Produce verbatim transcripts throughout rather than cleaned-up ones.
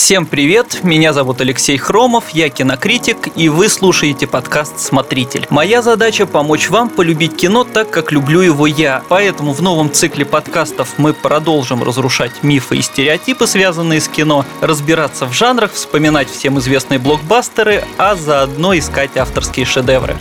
Всем привет, меня зовут Алексей Хромов, я кинокритик, и вы слушаете подкаст «Смотритель». Моя задача – помочь вам полюбить кино так, как люблю его я. Поэтому в новом цикле подкастов мы продолжим разрушать мифы и стереотипы, связанные с кино, разбираться в жанрах, вспоминать всем известные блокбастеры, а заодно искать авторские шедевры.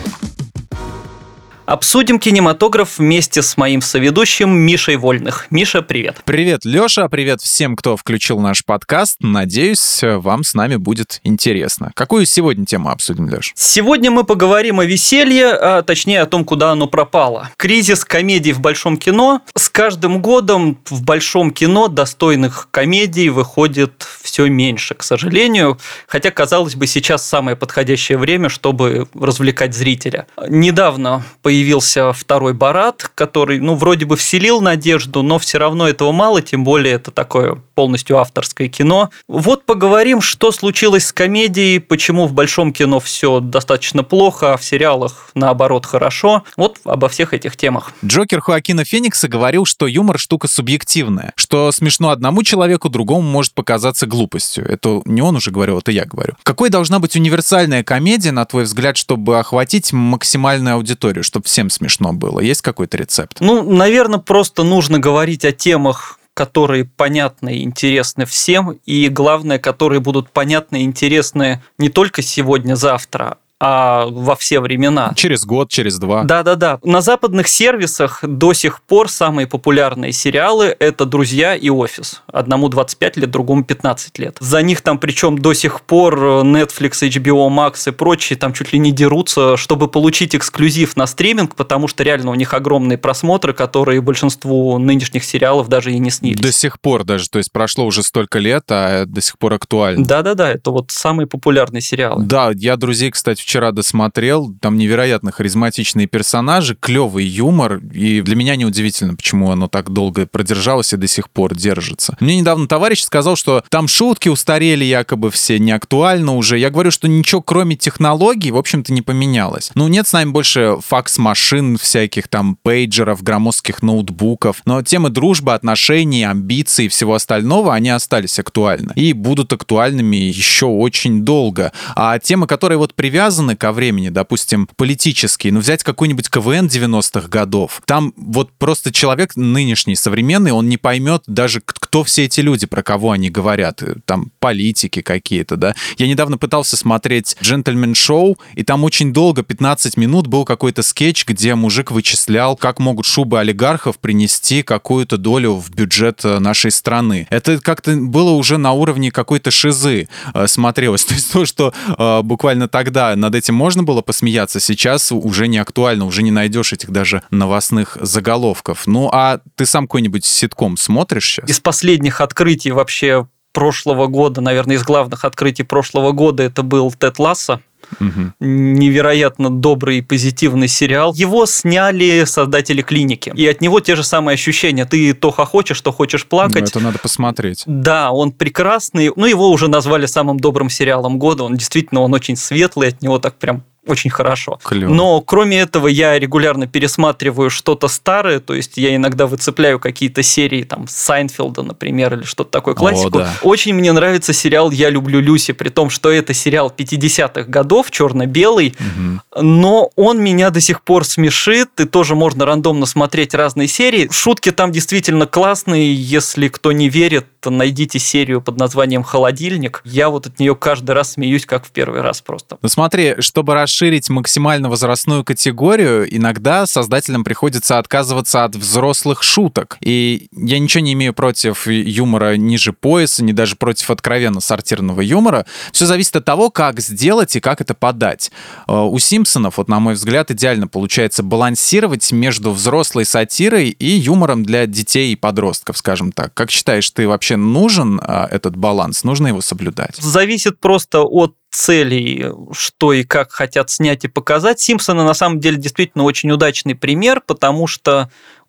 Обсудим кинематограф вместе с моим соведущим Мишей Вольных. Миша, привет. Привет, Лёша, привет всем, кто включил наш подкаст. Надеюсь, вам с нами будет интересно. Какую сегодня тему обсудим, Лёш? Сегодня мы поговорим о веселье, а точнее о том, куда оно пропало. Кризис комедий в большом кино. С каждым годом в большом кино достойных комедий выходит все меньше, к сожалению. Хотя, казалось бы, сейчас самое подходящее время, чтобы развлекать зрителя. Недавно появилась Появился второй «Борат», который, ну, вроде бы вселил надежду, но все равно этого мало, тем более это такое полностью авторское кино. Вот поговорим, что случилось с комедией, почему в большом кино все достаточно плохо, а в сериалах, наоборот, хорошо. Вот обо всех этих темах. Джокер Хоакина Феникса говорил, что юмор – штука субъективная, что смешно одному человеку, другому может показаться глупостью. Это не он уже говорил, это я говорю. Какой должна быть универсальная комедия, на твой взгляд, чтобы охватить максимальную аудиторию, чтобы всем смешно было? Есть какой-то рецепт? Ну, наверное, просто нужно говорить о темах, которые понятны и интересны всем, и, главное, которые будут понятны и интересны не только сегодня-завтра, а во все времена. Через год, через два. Да-да-да. На западных сервисах до сих пор самые популярные сериалы – это «Друзья» и «Офис». Одному двадцать пять лет, другому пятнадцать лет. За них там причем до сих пор Netflix, эйч би о Max и прочие там чуть ли не дерутся, чтобы получить эксклюзив на стриминг, потому что реально у них огромные просмотры, которые большинству нынешних сериалов даже и не снились. До сих пор даже, то есть прошло уже столько лет, а до сих пор актуально. Да-да-да, это вот самые популярные сериалы. Да, я «Друзей», кстати, вчера досмотрел, там невероятно харизматичные персонажи, клевый юмор, и для меня неудивительно, почему оно так долго продержалось и до сих пор держится. Мне недавно товарищ сказал, что там шутки устарели якобы все, не актуально уже. Я говорю, что ничего кроме технологий, в общем-то, не поменялось. Ну, нет с нами больше факс-машин, всяких там пейджеров, громоздких ноутбуков, но темы дружбы, отношений, амбиций и всего остального, они остались актуальны и будут актуальными еще очень долго. А темы, которые вот привязаны ко времени, допустим, политические, ну, взять какой-нибудь ка вэ эн девяностых годов, там вот просто человек нынешний, современный, он не поймет даже, кто все эти люди, про кого они говорят, там политики какие-то, да. Я недавно пытался смотреть «Джентльмен-шоу», и там очень долго, пятнадцать минут, был какой-то скетч, где мужик вычислял, как могут шубы олигархов принести какую-то долю в бюджет нашей страны. Это как-то было уже на уровне какой-то шизы э, смотрелось. То есть то, что э, буквально тогда над этим можно было посмеяться, сейчас уже не актуально, уже не найдешь этих даже новостных заголовков. Ну, а ты сам какой-нибудь ситком смотришь сейчас? Из последних открытий вообще прошлого года, наверное, из главных открытий прошлого года это был «Тед Лассо». Угу. Невероятно добрый и позитивный сериал. Его сняли создатели «Клиники». И от него те же самые ощущения. Ты то хохочешь, то хочешь плакать. Ну, это надо посмотреть. Да, он прекрасный. Ну, его уже назвали самым добрым сериалом года. Он действительно, он очень светлый, от него так прям очень хорошо. Клево. Но кроме этого я регулярно пересматриваю что-то старое, то есть я иногда выцепляю какие-то серии там Сайнфелда, например, или что-то такое, классику. О, да. Очень мне нравится сериал «Я люблю Люси», при том, что это сериал пятидесятых годов, черно-белый, угу. Но он меня до сих пор смешит, и тоже можно рандомно смотреть разные серии. Шутки там действительно классные, если кто не верит, найдите серию под названием «Холодильник». Я вот от нее каждый раз смеюсь, как в первый раз просто. Ну смотри, чтобы расширить максимально возрастную категорию, иногда создателям приходится отказываться от взрослых шуток. И я ничего не имею против юмора ниже пояса, не даже против откровенно сортирного юмора. Все зависит от того, как сделать и как это подать. У «Симпсонов», вот, на мой взгляд, идеально получается балансировать между взрослой сатирой и юмором для детей и подростков, скажем так. Как считаешь, ты вообще нужен этот баланс? Нужно его соблюдать? Зависит просто от целей, что и как хотят снять и показать. «Симпсоны» на самом деле действительно очень удачный пример, потому что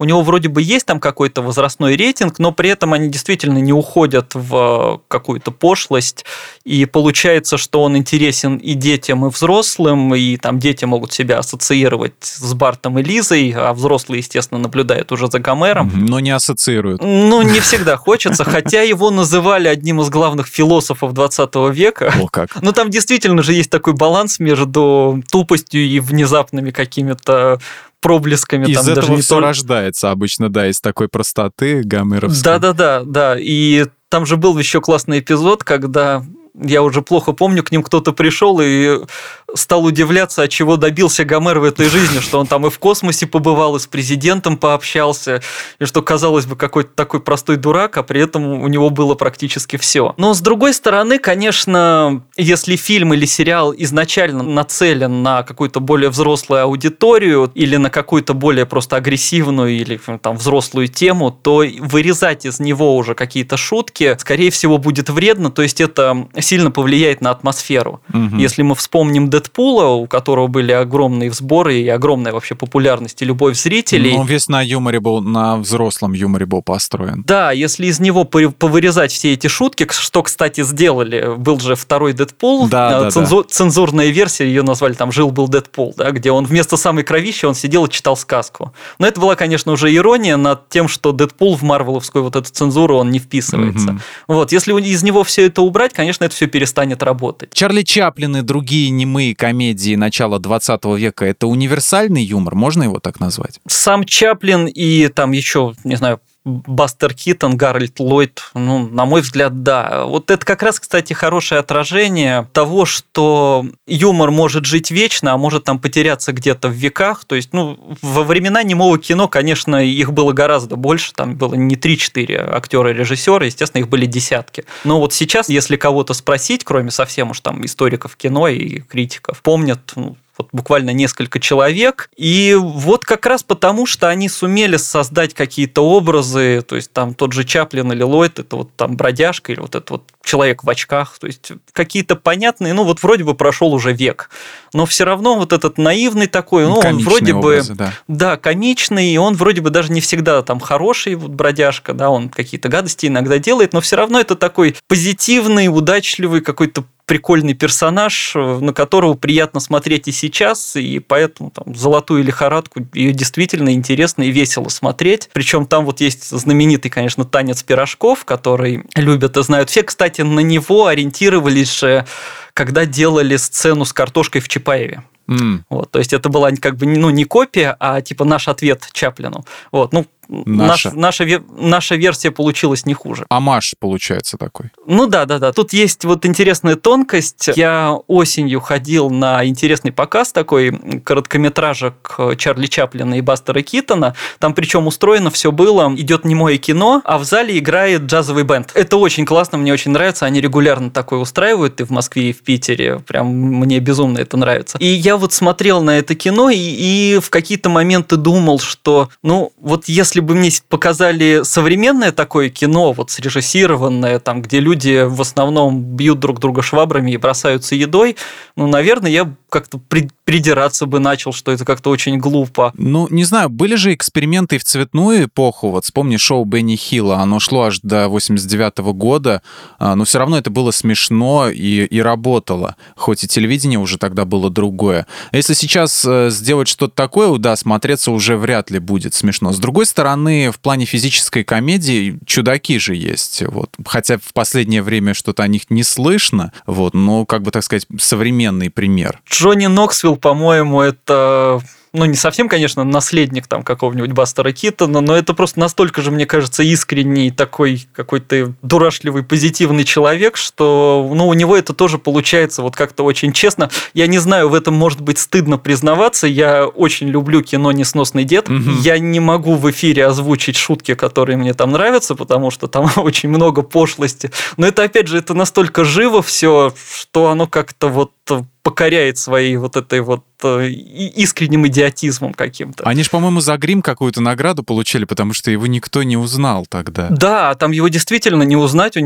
у него вроде бы есть там какой-то возрастной рейтинг, но при этом они действительно не уходят в какую-то пошлость, и получается, что он интересен и детям, и взрослым, и там дети могут себя ассоциировать с Бартом и Лизой, а взрослые, естественно, наблюдают уже за Гомером. Но не ассоциируют. Ну, не всегда хочется, хотя его называли одним из главных философов двадцатого века. О, как. Ну, там действительно же есть такой баланс между тупостью и внезапными какими-то проблесками. Из там, этого даже не все то... рождается обычно, да, из такой простоты гомеровской. Да-да-да, да. И там же был еще классный эпизод, когда... Я уже плохо помню, к ним кто-то пришел и стал удивляться, от чего добился Гомер в этой жизни, что он там и в космосе побывал, и с президентом пообщался, и что, казалось бы, какой-то такой простой дурак, а при этом у него было практически все. Но, с другой стороны, конечно, если фильм или сериал изначально нацелен на какую-то более взрослую аудиторию или на какую-то более просто агрессивную или там взрослую тему, то вырезать из него уже какие-то шутки, скорее всего, будет вредно, то есть это сильно повлияет на атмосферу. Угу. Если мы вспомним Дэдпула, у которого были огромные сборы и огромная вообще популярность и любовь зрителей. Но он весь на юморе был, на взрослом юморе был построен. Да, если из него повырезать все эти шутки, что, кстати, сделали, был же второй Дэдпул, да, цензу... да, да. цензурная версия, ее назвали там «Жил-был Дэдпул», да, где он вместо самой кровищи он сидел и читал сказку. Но это была, конечно, уже ирония над тем, что Дэдпул в марвеловскую вот эту цензуру он не вписывается. Угу. Вот, если из него все это убрать, конечно, это все перестанет работать. Чарли Чаплин и другие немые комедии начала двадцатого века — это универсальный юмор, можно его так назвать? Сам Чаплин и там еще, не знаю, Бастер Китон, Гарольд Ллойд, ну, на мой взгляд, да. Вот это как раз, кстати, хорошее отражение того, что юмор может жить вечно, а может там потеряться где-то в веках. То есть, ну, во времена немого кино, конечно, их было гораздо больше, там было не три-четыре актера и режиссера, естественно, их были десятки. Но вот сейчас, если кого-то спросить, кроме совсем уж там историков кино и критиков, помнят, ну, вот буквально несколько человек, и вот как раз потому, что они сумели создать какие-то образы, то есть там тот же Чаплин или Ллойд, это вот там бродяжка или вот этот вот человек в очках, то есть какие-то понятные, ну вот вроде бы прошел уже век, но все равно вот этот наивный такой, ну он вроде образы, бы, да. да, комичный, и он вроде бы даже не всегда там хороший вот бродяжка, да, он какие-то гадости иногда делает, но все равно это такой позитивный, удачливый какой-то прикольный персонаж, на которого приятно смотреть и сейчас, и поэтому там «Золотую лихорадку» ее действительно интересно и весело смотреть. Причем там вот есть знаменитый, конечно, танец пирожков, который любят и знают все. Кстати, на него ориентировались же, когда делали сцену с картошкой в Чапаеве. Mm. Вот, то есть это была как бы ну, не копия, а типа наш ответ Чаплину. Вот, ну, наша. Наш, наша, наша версия получилась не хуже. Омаж получается такой. Ну да, да, да. Тут есть вот интересная тонкость. Я осенью ходил на интересный показ такой короткометражек Чарли Чаплина и Бастера Китона. Там причем устроено все было. Идет немое кино, а в зале играет джазовый бенд. Это очень классно, мне очень нравится. Они регулярно такое устраивают и в Москве, и в Питере. Прям мне безумно это нравится. И я вот смотрел на это кино и, и в какие-то моменты думал, что ну вот если бы мне показали современное такое кино, вот срежиссированное, там, где люди в основном бьют друг друга швабрами и бросаются едой, ну, наверное, я как-то придираться бы начал, что это как-то очень глупо. Ну, не знаю, были же эксперименты и в цветную эпоху. Вот вспомни шоу Бенни Хилла, оно шло аж до восемьдесят девятого года, но все равно это было смешно и, и работало, хоть и телевидение уже тогда было другое. Если сейчас сделать что-то такое, да, смотреться уже вряд ли будет смешно. С другой стороны, в плане физической комедии чудаки же есть. Вот. Хотя в последнее время что-то о них не слышно, вот, но, как бы так сказать, современный пример. Джонни Ноксвилл, по-моему, это... Ну, не совсем, конечно, наследник там какого-нибудь Бастера Китона, но это просто настолько же, мне кажется, искренний такой какой-то дурашливый, позитивный человек, что, ну, у него это тоже получается вот как-то очень честно. Я не знаю, в этом, может быть, стыдно признаваться. Я очень люблю кино «Несносный дед». Mm-hmm. Я не могу в эфире озвучить шутки, которые мне там нравятся, потому что там очень много пошлости. Но это, опять же, это настолько живо все, что оно как-то вот покоряет своей вот этой вот искренним идиотизмом каким-то. Они же, по-моему, за грим какую-то награду получили, потому что его никто не узнал тогда. Да, там его действительно не узнать, у него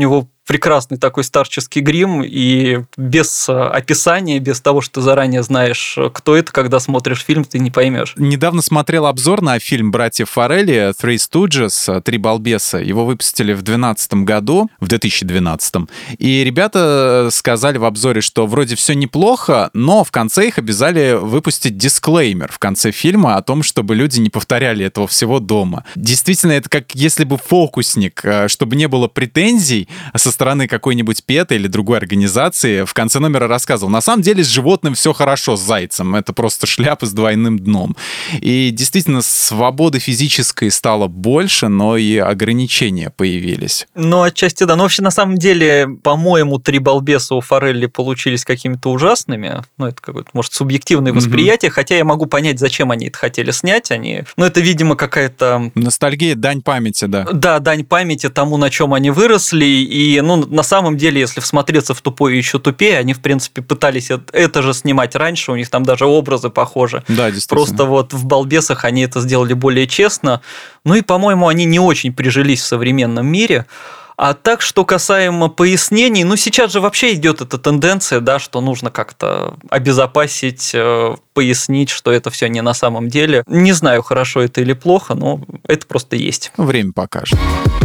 прекрасный такой старческий грим, и без описания, без того, что ты заранее знаешь, кто это, когда смотришь фильм, ты не поймешь. Недавно смотрел обзор на фильм братьев Фаррелли «Three Stooges», «Три балбеса». Его выпустили в две тысячи двенадцатом году, в две тысячи двенадцатом. И ребята сказали в обзоре, что вроде все неплохо, но в конце их обязали выпустить дисклеймер в конце фильма о том, чтобы люди не повторяли этого всего дома. Действительно, это как если бы фокусник, чтобы не было претензий со стороны какой-нибудь ПЕТа или другой организации, в конце номера рассказывал: на самом деле с животным все хорошо, с зайцем. Это просто шляпа с двойным дном. И действительно, свободы физической стало больше, но и ограничения появились. Ну, отчасти да. Но вообще, на самом деле, по-моему, «Три балбеса» у Фаррелли получились какими-то ужасными. Ну, это какое-то, может, субъективное восприятие, mm-hmm. хотя я могу понять, зачем они это хотели снять. Они... Ну, это, видимо, какая-то... Ностальгия, дань памяти, да. Да, дань памяти тому, на чем они выросли. И, ну, на самом деле, если всмотреться в «Тупой и еще тупее», они, в принципе, пытались это же снимать раньше, у них там даже образы похожи. Да, действительно. Просто вот в «Балбесах» они это сделали более честно. Ну и, по-моему, они не очень прижились в современном мире. А так, что касаемо пояснений, ну сейчас же вообще идет эта тенденция, да, что нужно как-то обезопасить, пояснить, что это все не на самом деле. Не знаю, хорошо это или плохо, но это просто есть. Время покажет.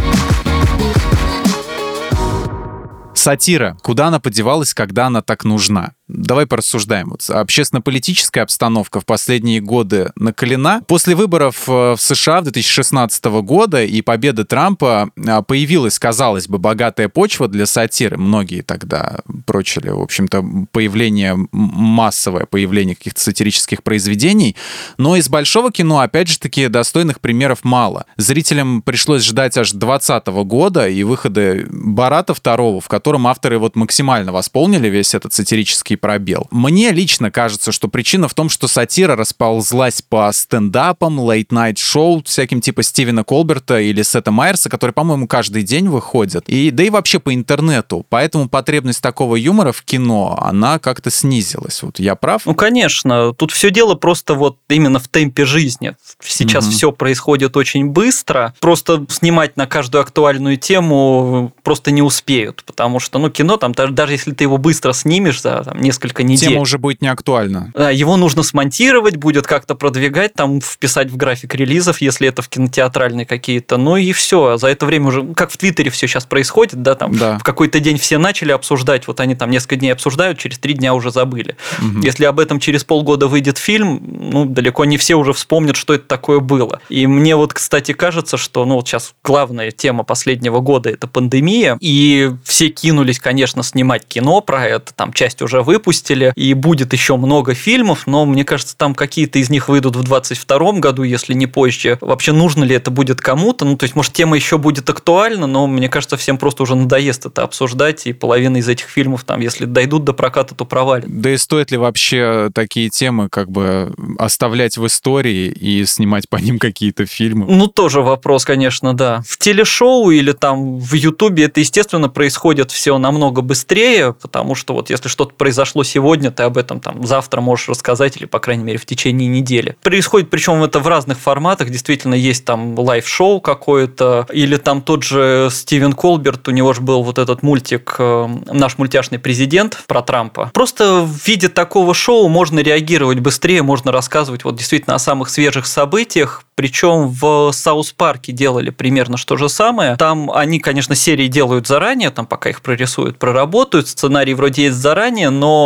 Сатира. Куда она подевалась, когда она так нужна? Давай порассуждаем. Вот общественно-политическая обстановка в последние годы накалена. После выборов в США две тысячи шестнадцатого года и победы Трампа появилась, казалось бы, богатая почва для сатиры. Многие тогда прочили, в общем-то, появление, массовое появление каких-то сатирических произведений. Но из большого кино, опять же таки, достойных примеров мало. Зрителям пришлось ждать аж двадцатого года и выхода «Бората» второго, в котором авторы вот максимально восполнили весь этот сатирический пробел. Мне лично кажется, что причина в том, что сатира расползлась по стендапам, лейт-найт-шоу, всяким типа Стивена Колберта или Сета Майерса, которые, по-моему, каждый день выходят. И, да и вообще по интернету. Поэтому потребность такого юмора в кино, она как-то снизилась. Вот я прав? Ну, конечно. Тут все дело просто вот именно в темпе жизни. Сейчас mm-hmm. все происходит очень быстро. Просто снимать на каждую актуальную тему просто не успеют. Потому что, ну, кино, там, даже если ты его быстро снимешь за там, несколько недель... Тема уже будет не актуальна. Его нужно смонтировать, будет как-то продвигать, там, вписать в график релизов, если это в кинотеатральные какие-то. Ну и все. За это время уже, как в Твиттере все сейчас происходит, да, там да. в какой-то день все начали обсуждать, вот они там несколько дней обсуждают, через три дня уже забыли. Угу. Если об этом через полгода выйдет фильм, ну, далеко не все уже вспомнят, что это такое было. И мне вот, кстати, кажется, что, ну, вот сейчас главная тема последнего года – это пандемия, и все кинулись, конечно, снимать кино про это, там часть уже выпустили, и будет еще много фильмов, но мне кажется, там какие-то из них выйдут в двадцать втором году, если не позже. Вообще, нужно ли это будет кому-то? Ну, то есть, может, тема еще будет актуальна, но мне кажется, всем просто уже надоест это обсуждать, и половина из этих фильмов, там, если дойдут до проката, то провалят. Да и стоит ли вообще такие темы как бы оставлять в истории и снимать по ним какие-то фильмы? Ну, тоже вопрос, конечно, да. В телешоу или там в Ютубе это, естественно, происходит все намного быстрее, потому что вот если что-то произошло сегодня, ты об этом там завтра можешь рассказать или, по крайней мере, в течение недели. Происходит, причем это в разных форматах, действительно, есть там лайв-шоу какое-то, или там тот же Стивен Колберт, у него же был вот этот мультик «Наш мультяшный президент» про Трампа. Просто в виде такого шоу можно реагировать быстрее, можно рассказывать вот действительно о самых свежих событиях, причем в Саус-парке делали примерно что же самое. Там они, конечно, серии делают заранее, там пока их прорисуют, проработают, сценарий вроде есть заранее,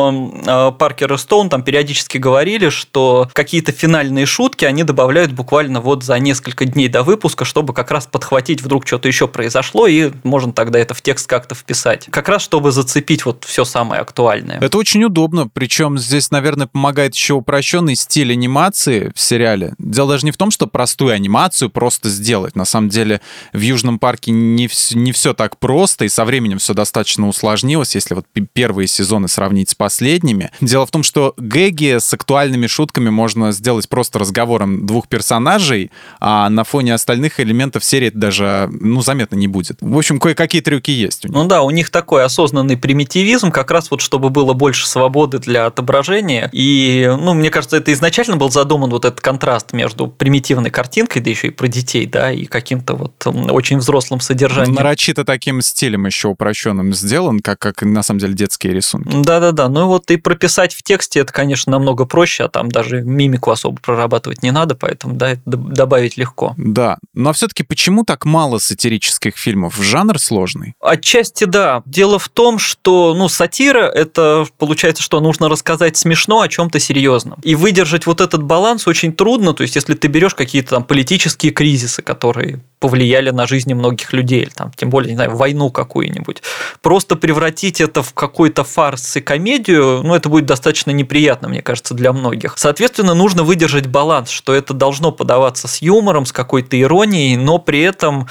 но Паркер и Стоун там периодически говорили, что какие-то финальные шутки они добавляют буквально вот за несколько дней до выпуска, чтобы как раз подхватить, вдруг что-то еще произошло, и можно тогда это в текст как-то вписать. Как раз чтобы зацепить вот все самое актуальное. Это очень удобно, причем здесь, наверное, помогает еще упрощенный стиль анимации в сериале. Дело даже не в том, что простую анимацию просто сделать. На самом деле в Южном парке не, вс- не все так просто, и со временем все достаточно усложнилось. Если вот первые сезоны сравнить с быть последними. Дело в том, что гэги с актуальными шутками можно сделать просто разговором двух персонажей, а на фоне остальных элементов серии это даже, ну, заметно не будет. В общем, кое-какие трюки есть у них. Ну да, у них такой осознанный примитивизм, как раз вот чтобы было больше свободы для отображения. И, ну, мне кажется, это изначально был задуман вот этот контраст между примитивной картинкой, да еще и про детей, да, и каким-то вот очень взрослым содержанием. Нарочито таким стилем еще упрощенным сделан, как, как на самом деле детские рисунки. Да-да-да, ну вот и прописать в тексте это, конечно, намного проще, а там даже мимику особо прорабатывать не надо, поэтому, да, это добавить легко. Да, но все-таки почему так мало сатирических фильмов? Жанр сложный? Отчасти да. Дело в том, что, ну, сатира – это, получается, что нужно рассказать смешно о чем-то серьезном. И выдержать вот этот баланс очень трудно, то есть если ты берешь какие-то там политические кризисы, которые повлияли на жизни многих людей, или там, тем более, не знаю, войну какую-нибудь, просто превратить это в какой-то фарс и комедию, ну, это будет достаточно неприятно, мне кажется, для многих. Соответственно, нужно выдержать баланс, что это должно подаваться с юмором, с какой-то иронией, но при этом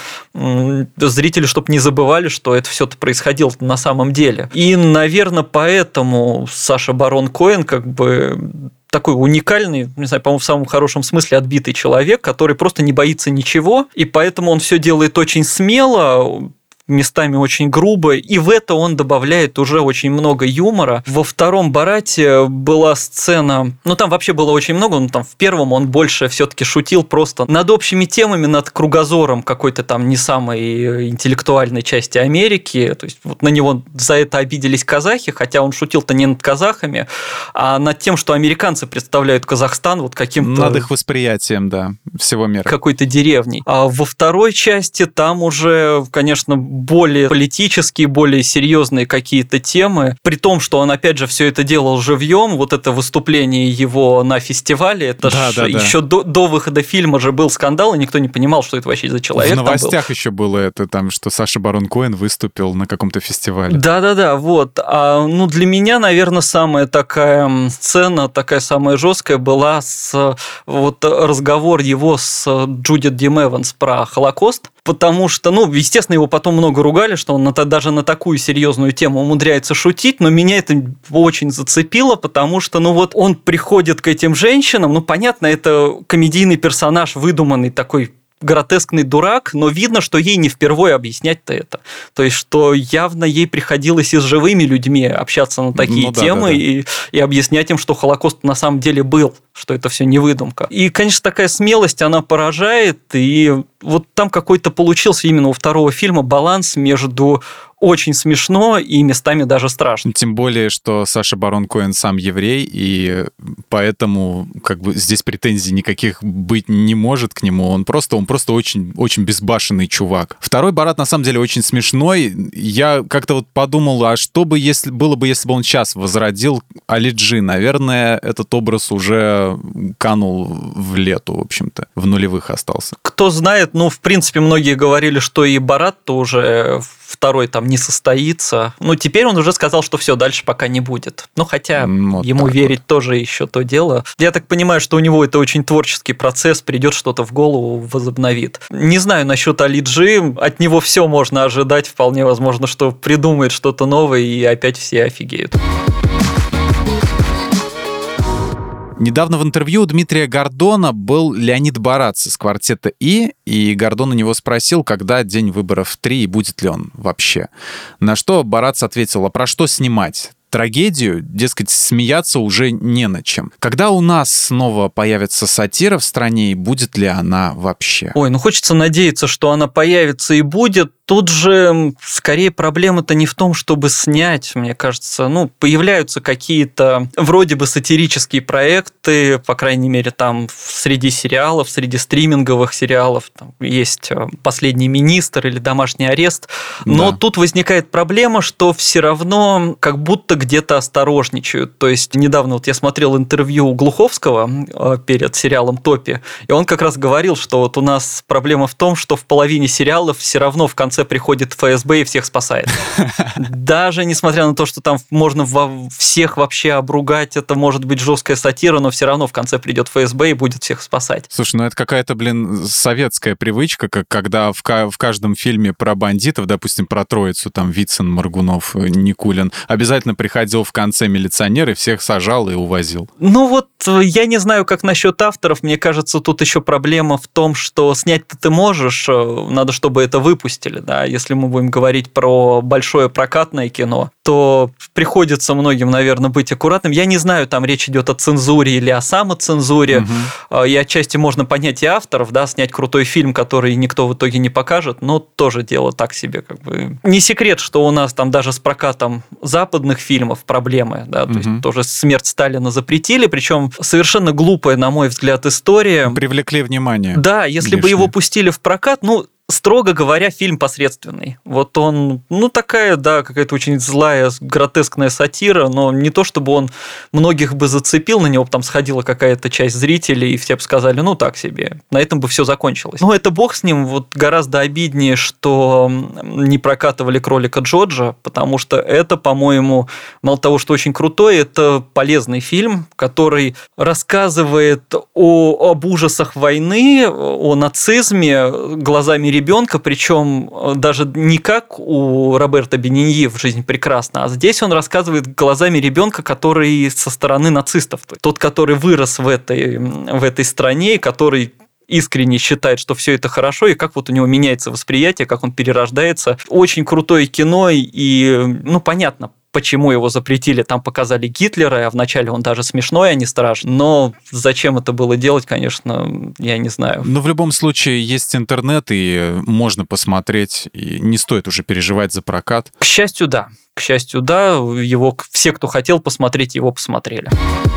зрители, чтобы не забывали, что это все-то происходило на самом деле. И, наверное, поэтому Саша Барон Коэн как бы такой уникальный, не знаю, по-моему, в самом хорошем смысле отбитый человек, который просто не боится ничего, и поэтому он все делает очень смело, местами очень грубо, и в это он добавляет уже очень много юмора. Во втором «Барате» была сцена, ну там вообще было очень много, но там в первом он больше все-таки шутил просто над общими темами, над кругозором какой-то там не самой интеллектуальной части Америки, то есть вот на него за это обиделись казахи, хотя он шутил-то не над казахами, а над тем, что американцы представляют Казахстан вот каким-то... Над их восприятием, да, всего мира. Какой-то деревней. А во второй части там уже, конечно, более политические, более серьезные какие-то темы, при том, что он, опять же, все это делал живьем, вот это выступление его на фестивале, это да, ж да, еще да. До, до выхода фильма же был скандал, и никто не понимал, что это вообще за человек. В новостях еще было это, там, что Саша Барон Коэн выступил на каком-то фестивале. Да-да-да, вот. А, ну, для меня, наверное, самая такая сцена, такая самая жесткая была с вот разговор его с Джудит Дим Эванс про Холокост, потому что, ну, естественно, его потом много ругали, что он на, даже на такую серьезную тему умудряется шутить, но меня это очень зацепило, потому что, ну, вот он приходит к этим женщинам, ну, понятно, это комедийный персонаж, выдуманный такой гротескный дурак, но видно, что ей не впервые объяснять-то это. То есть, что явно ей приходилось и с живыми людьми общаться на такие ну, да, темы да, да. И, и объяснять им, что Холокост на самом деле был, что это все не выдумка. И, конечно, такая смелость, она поражает, и вот там какой-то получился именно у второго фильма баланс между очень смешно и местами даже страшно. Тем более, что Саша Барон Коэн сам еврей, и поэтому как бы здесь претензий никаких быть не может к нему. Он просто, он просто очень, очень безбашенный чувак. Второй «Барат» на самом деле очень смешной. Я как-то вот подумал, а что бы если, было бы, если бы он сейчас возродил Али Джи? Наверное, этот образ уже канул в лету, в общем-то. В нулевых остался. Кто знает, ну, в принципе, многие говорили, что и «Барат»-то уже второй там не состоится. Ну, теперь он уже сказал, что все, дальше пока не будет. Ну, хотя вот ему верить вот. Тоже еще то дело. Я так понимаю, что у него это очень творческий процесс, придет что-то в голову, возобновит. Не знаю насчет Али Джи, от него все можно ожидать, вполне возможно, что придумает что-то новое, и опять все офигеют. Недавно в интервью у Дмитрия Гордона был Леонид Барац из «Квартета И», и Гордон у него спросил, когда день выборов три и будет ли он вообще. На что Барац ответил, а про что снимать? Трагедию, дескать, смеяться уже не над чем. Когда у нас снова появится сатира в стране, и будет ли она вообще? Ой, ну хочется надеяться, что она появится и будет. Тут же скорее проблема-то не в том, чтобы снять, мне кажется. Ну, появляются какие-то вроде бы сатирические проекты, по крайней мере, там среди сериалов, среди стриминговых сериалов. Там есть «Последний министр» или «Домашний арест». Но да. Тут возникает проблема, что все равно как будто где-то осторожничают. То есть недавно вот я смотрел интервью Глуховского перед сериалом «Топи», и он как раз говорил, что вот у нас проблема в том, что в половине сериалов все равно в конце конце приходит эф эс бэ и всех спасает. Даже несмотря на то, что там можно всех вообще обругать, это может быть жесткая сатира, но все равно в конце придет эф эс бэ и будет всех спасать. Слушай, ну это какая-то, блин, советская привычка, как когда в, в каждом фильме про бандитов, допустим, про троицу, там, Вицин, Моргунов, Никулин, обязательно приходил в конце милиционер и всех сажал и увозил. Ну вот, я не знаю, как насчет авторов, мне кажется, тут еще проблема в том, что снять-то ты можешь, надо, чтобы это выпустили, да, если мы будем говорить про большое прокатное кино, то приходится многим, наверное, быть аккуратным. Я не знаю, там речь идет о цензуре или о самоцензуре, угу. И отчасти можно понять и авторов, да, снять крутой фильм, который никто в итоге не покажет, но тоже дело так себе, как бы. Не секрет, что у нас там даже с прокатом западных фильмов проблемы, да, то угу. есть тоже «Смерть Сталина» запретили, причем совершенно глупая, на мой взгляд, история. Привлекли внимание. Да, если лишнее. бы его пустили в прокат, ну, строго говоря, фильм посредственный. Вот он, ну, такая, да, какая-то очень злая, гротескная сатира, но не то, чтобы он многих бы зацепил, на него там сходила какая-то часть зрителей, и все бы сказали, ну, так себе. На этом бы все закончилось. Но это бог с ним, вот гораздо обиднее, что не прокатывали «Кролика Джорджа», потому что это, по-моему, мало того, что очень крутой, это полезный фильм, который рассказывает о, об ужасах войны, о нацизме глазами ребенка, причем даже не как у Роберто Бениньи в «Жизнь прекрасна», а здесь он рассказывает глазами ребенка, который со стороны нацистов. Тот, который вырос в этой, в этой стране, который искренне считает, что все это хорошо, и как вот у него меняется восприятие, как он перерождается. Очень крутое кино, и, ну, понятно, почему его запретили. Там показали Гитлера, а вначале он даже смешной, а не страшный. Но зачем это было делать, конечно, я не знаю. Но в любом случае есть интернет, и можно посмотреть, и не стоит уже переживать за прокат. К счастью, да. К счастью, да. Его, все, кто хотел посмотреть, его посмотрели.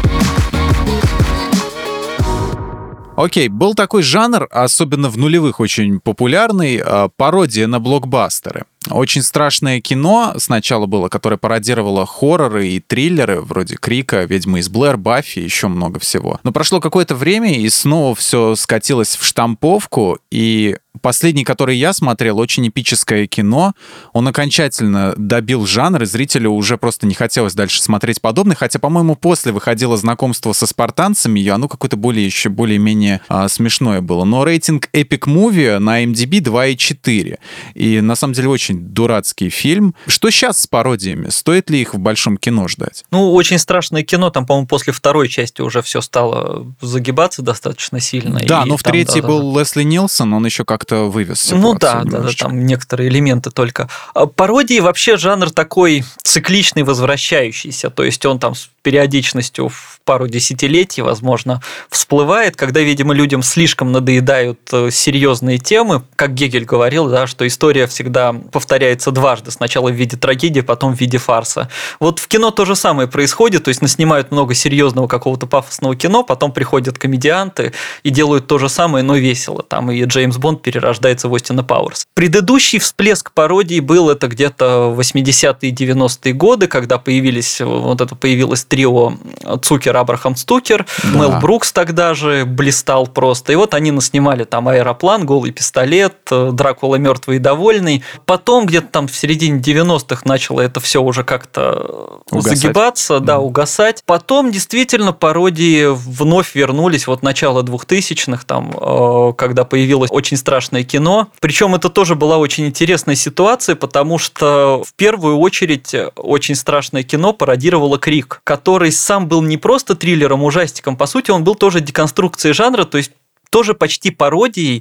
Окей, был такой жанр, особенно в нулевых очень популярный, пародия на блокбастеры. Очень страшное кино сначала было, которое пародировало хорроры и триллеры, вроде «Крика», «Ведьмы из Блэр», «Баффи», еще много всего. Но прошло какое-то время, и снова все скатилось в штамповку, и последний, который я смотрел, очень эпическое кино, он окончательно добил жанр, и зрителю уже просто не хотелось дальше смотреть подобное, хотя, по-моему, после выходило «Знакомство со спартанцами», и оно какое-то более, еще более-менее а, смешное было. Но рейтинг Epic Movie на ай эм ди би два и четыре, и на самом деле очень дурацкий фильм. Что сейчас с пародиями? Стоит ли их в большом кино ждать? Ну, очень страшное кино. Там, по-моему, после второй части уже все стало загибаться достаточно сильно. Да, и но в там, третьей да, был да. Лесли Нилсон, он еще как-то вывез ситуацию. Ну да, да, да, там некоторые элементы только. Пародии вообще жанр такой цикличный, возвращающийся. То есть он там с периодичностью в пару десятилетий, возможно, всплывает, когда, видимо, людям слишком надоедают серьезные темы. Как Гегель говорил, да, что история всегда повторяется дважды. Сначала в виде трагедии, потом в виде фарса. Вот в кино то же самое происходит. То есть наснимают много серьезного какого-то пафосного кино, потом приходят комедианты и делают то же самое, но весело. Там и Джеймс Бонд перерождается в Остина Пауэрс. Предыдущий всплеск пародий был это где-то восьмидесятые и девяностые годы, когда появились, вот это появилось трио Цукер, Абрахам Стукер, да. Мел Брукс тогда же блистал просто. И вот они наснимали там «Аэроплан», «Голый пистолет», «Дракула мертвый и довольный». Потом где-то там в середине девяностых начало это все уже как-то угасать. загибаться, да, mm. угасать. Потом действительно пародии вновь вернулись, вот начало двухтысячных, там, когда появилось очень страшное кино. Причем это тоже была очень интересная ситуация, потому что в первую очередь очень страшное кино пародировало «Крик», который сам был не просто триллером, ужастиком, по сути, он был тоже деконструкцией жанра, то есть тоже почти пародией,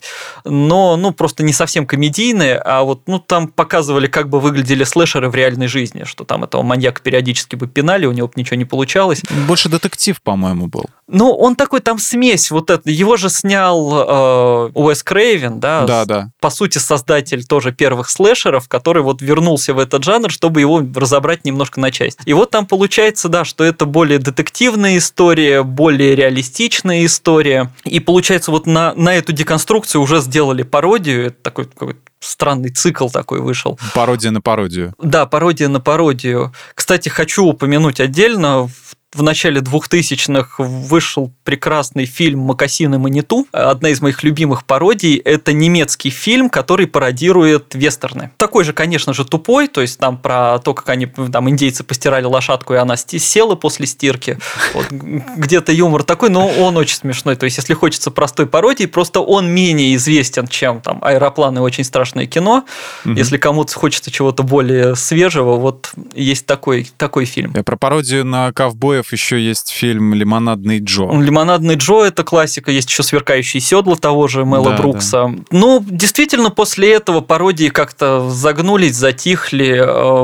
но ну, просто не совсем комедийные, а вот ну, там показывали, как бы выглядели слэшеры в реальной жизни, что там этого маньяка периодически бы пинали, у него бы ничего не получалось. Больше детектив, по-моему, был. Ну, он такой там смесь, вот это, его же снял э, Уэс Крейвен, да, да, да, по сути, создатель тоже первых слэшеров, который вот вернулся в этот жанр, чтобы его разобрать немножко на части. И вот там получается, да, что это более детективная история, более реалистичная история, и получается вот на, на эту деконструкцию уже сделали пародию, это такой какой-то странный цикл такой вышел. Пародия на пародию. Да, пародия на пародию. Кстати, хочу упомянуть отдельно в начале двухтысячных вышел прекрасный фильм «Мокасины Маниту». Одна из моих любимых пародий. Это немецкий фильм, который пародирует вестерны. Такой же, конечно же, тупой, то есть там про то, как они, там, индейцы постирали лошадку, и она села после стирки. Вот, где-то юмор такой, но он очень смешной. То есть, если хочется простой пародии, просто он менее известен, чем там «Аэропланы» и «Очень страшное кино». Угу. Если кому-то хочется чего-то более свежего, вот есть такой, такой фильм. И про пародию на ковбоев еще есть фильм «Лимонадный Джо». «Лимонадный Джо» — это классика. Есть еще «Сверкающие седла» того же Мэла да, Брукса. Да. Ну, действительно, после этого пародии как-то загнулись, затихли.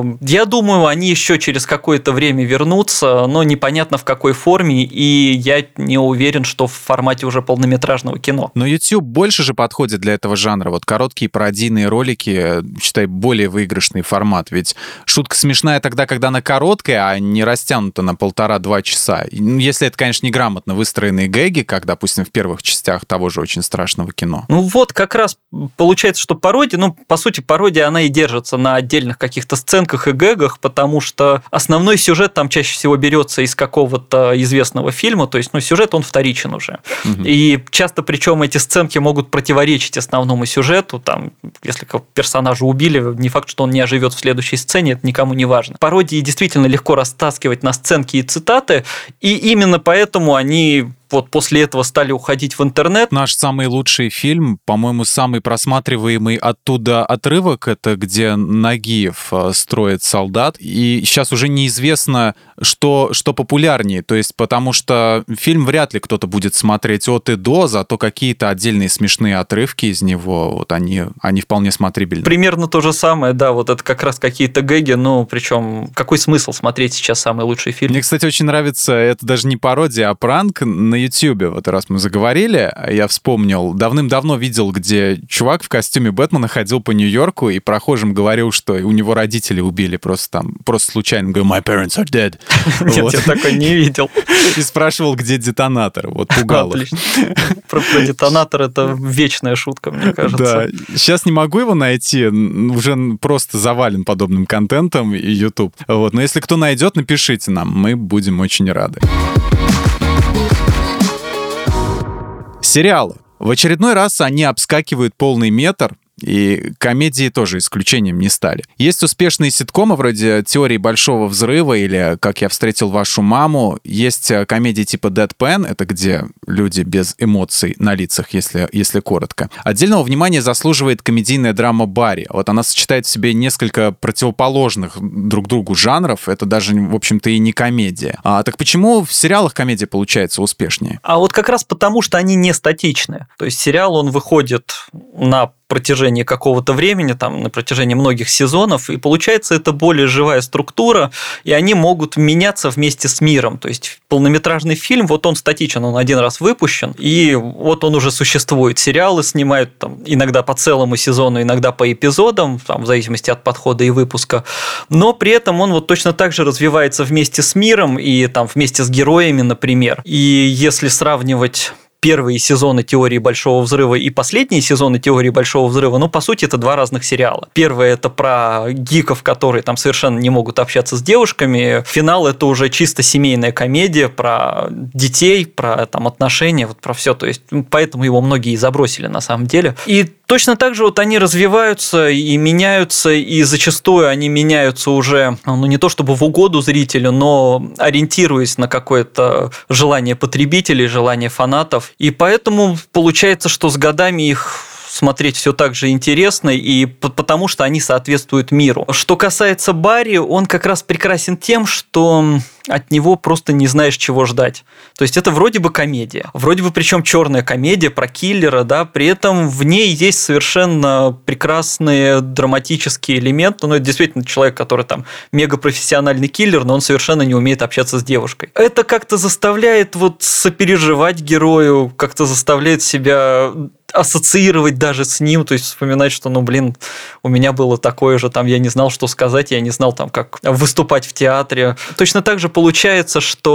Я думаю, они еще через какое-то время вернутся, но непонятно в какой форме, и я не уверен, что в формате уже полнометражного кино. Но YouTube больше же подходит для этого жанра. Вот короткие пародийные ролики, считай, более выигрышный формат. Ведь шутка смешная тогда, когда она короткая, а не растянута на полтора-два часа. Если это, конечно, неграмотно выстроенные гэги, как, допустим, в первых частях того же «Очень страшного кино». Ну вот, как раз получается, что пародия, ну, по сути, пародия, она и держится на отдельных каких-то сценках и гэгах, потому что основной сюжет там чаще всего берется из какого-то известного фильма, то есть, ну, сюжет, он вторичен уже. Угу. И часто, причем, эти сценки могут противоречить основному сюжету, там, если персонажа убили, не факт, что он не оживет в следующей сцене, это никому не важно. Пародии действительно легко растаскивать на сценки и цитаты, и именно поэтому они вот после этого стали уходить в интернет. Наш самый лучший фильм, по-моему, самый просматриваемый оттуда отрывок, это где Нагиев строит солдат. И сейчас уже неизвестно, что, что популярнее. То есть, потому что фильм вряд ли кто-то будет смотреть от и до, зато какие-то отдельные смешные отрывки из него, вот они, они вполне смотрибельны. Примерно то же самое, да, вот это как раз какие-то гэги, ну, причем какой смысл смотреть сейчас самый лучший фильм? Мне, кстати, очень нравится, это даже не пародия, а пранк на Ютьюбе. Вот раз мы заговорили, я вспомнил, давным-давно видел, где чувак в костюме Бэтмена ходил по Нью-Йорку и прохожим говорил, что у него родители убили просто там, просто случайно. Говорил, my parents are dead. Нет, я такой не видел. И спрашивал, где детонатор. Вот пугал их. Отлично. Про детонатор — это вечная шутка, мне кажется. Да. Сейчас не могу его найти, уже просто завален подобным контентом и YouTube. Вот. Но если кто найдет, напишите нам, мы будем очень рады. Сериалы. В очередной раз они обскакивают полный метр, и комедии тоже исключением не стали. Есть успешные ситкомы вроде «Теории большого взрыва» или «Как я встретил вашу маму». Есть комедии типа «Дэдпэн», это где люди без эмоций на лицах, если, если коротко. Отдельного внимания заслуживает комедийная драма «Барри». Вот она сочетает в себе несколько противоположных друг другу жанров. Это даже, в общем-то, и не комедия. А, так почему в сериалах комедия получается успешнее? А вот как раз потому, что они не статичны. То есть сериал, он выходит на протяжении какого-то времени, там, на протяжении многих сезонов, и получается это более живая структура, и они могут меняться вместе с миром. То есть полнометражный фильм, вот он статичен, он один раз выпущен, и вот он уже существует. Сериалы снимают там, иногда по целому сезону, иногда по эпизодам, там, в зависимости от подхода и выпуска, но при этом он вот точно так же развивается вместе с миром и там, вместе с героями, например. И если сравнивать первые сезоны «Теории большого взрыва» и последние сезоны «Теории большого взрыва», ну, по сути, это два разных сериала. Первый – это про гиков, которые там совершенно не могут общаться с девушками. Финал – это уже чисто семейная комедия про детей, про там, отношения, вот про все. То есть, поэтому его многие и забросили на самом деле. И точно так же вот они развиваются и меняются, и зачастую они меняются уже, ну, не то чтобы в угоду зрителю, но ориентируясь на какое-то желание потребителей, желание фанатов. И поэтому получается, что с годами их смотреть все так же интересно, и потому что они соответствуют миру. Что касается Барри, он как раз прекрасен тем, что от него просто не знаешь, чего ждать. То есть это вроде бы комедия, вроде бы причем черная комедия про киллера, да, при этом в ней есть совершенно прекрасные драматические элементы. Ну, это действительно человек, который там мегапрофессиональный киллер, но он совершенно не умеет общаться с девушкой. Это как-то заставляет вот сопереживать герою, как-то заставляет себя ассоциировать даже с ним, то есть вспоминать, что, ну, блин, у меня было такое же, там, я не знал, что сказать, я не знал, там, как выступать в театре. Точно так же получается, что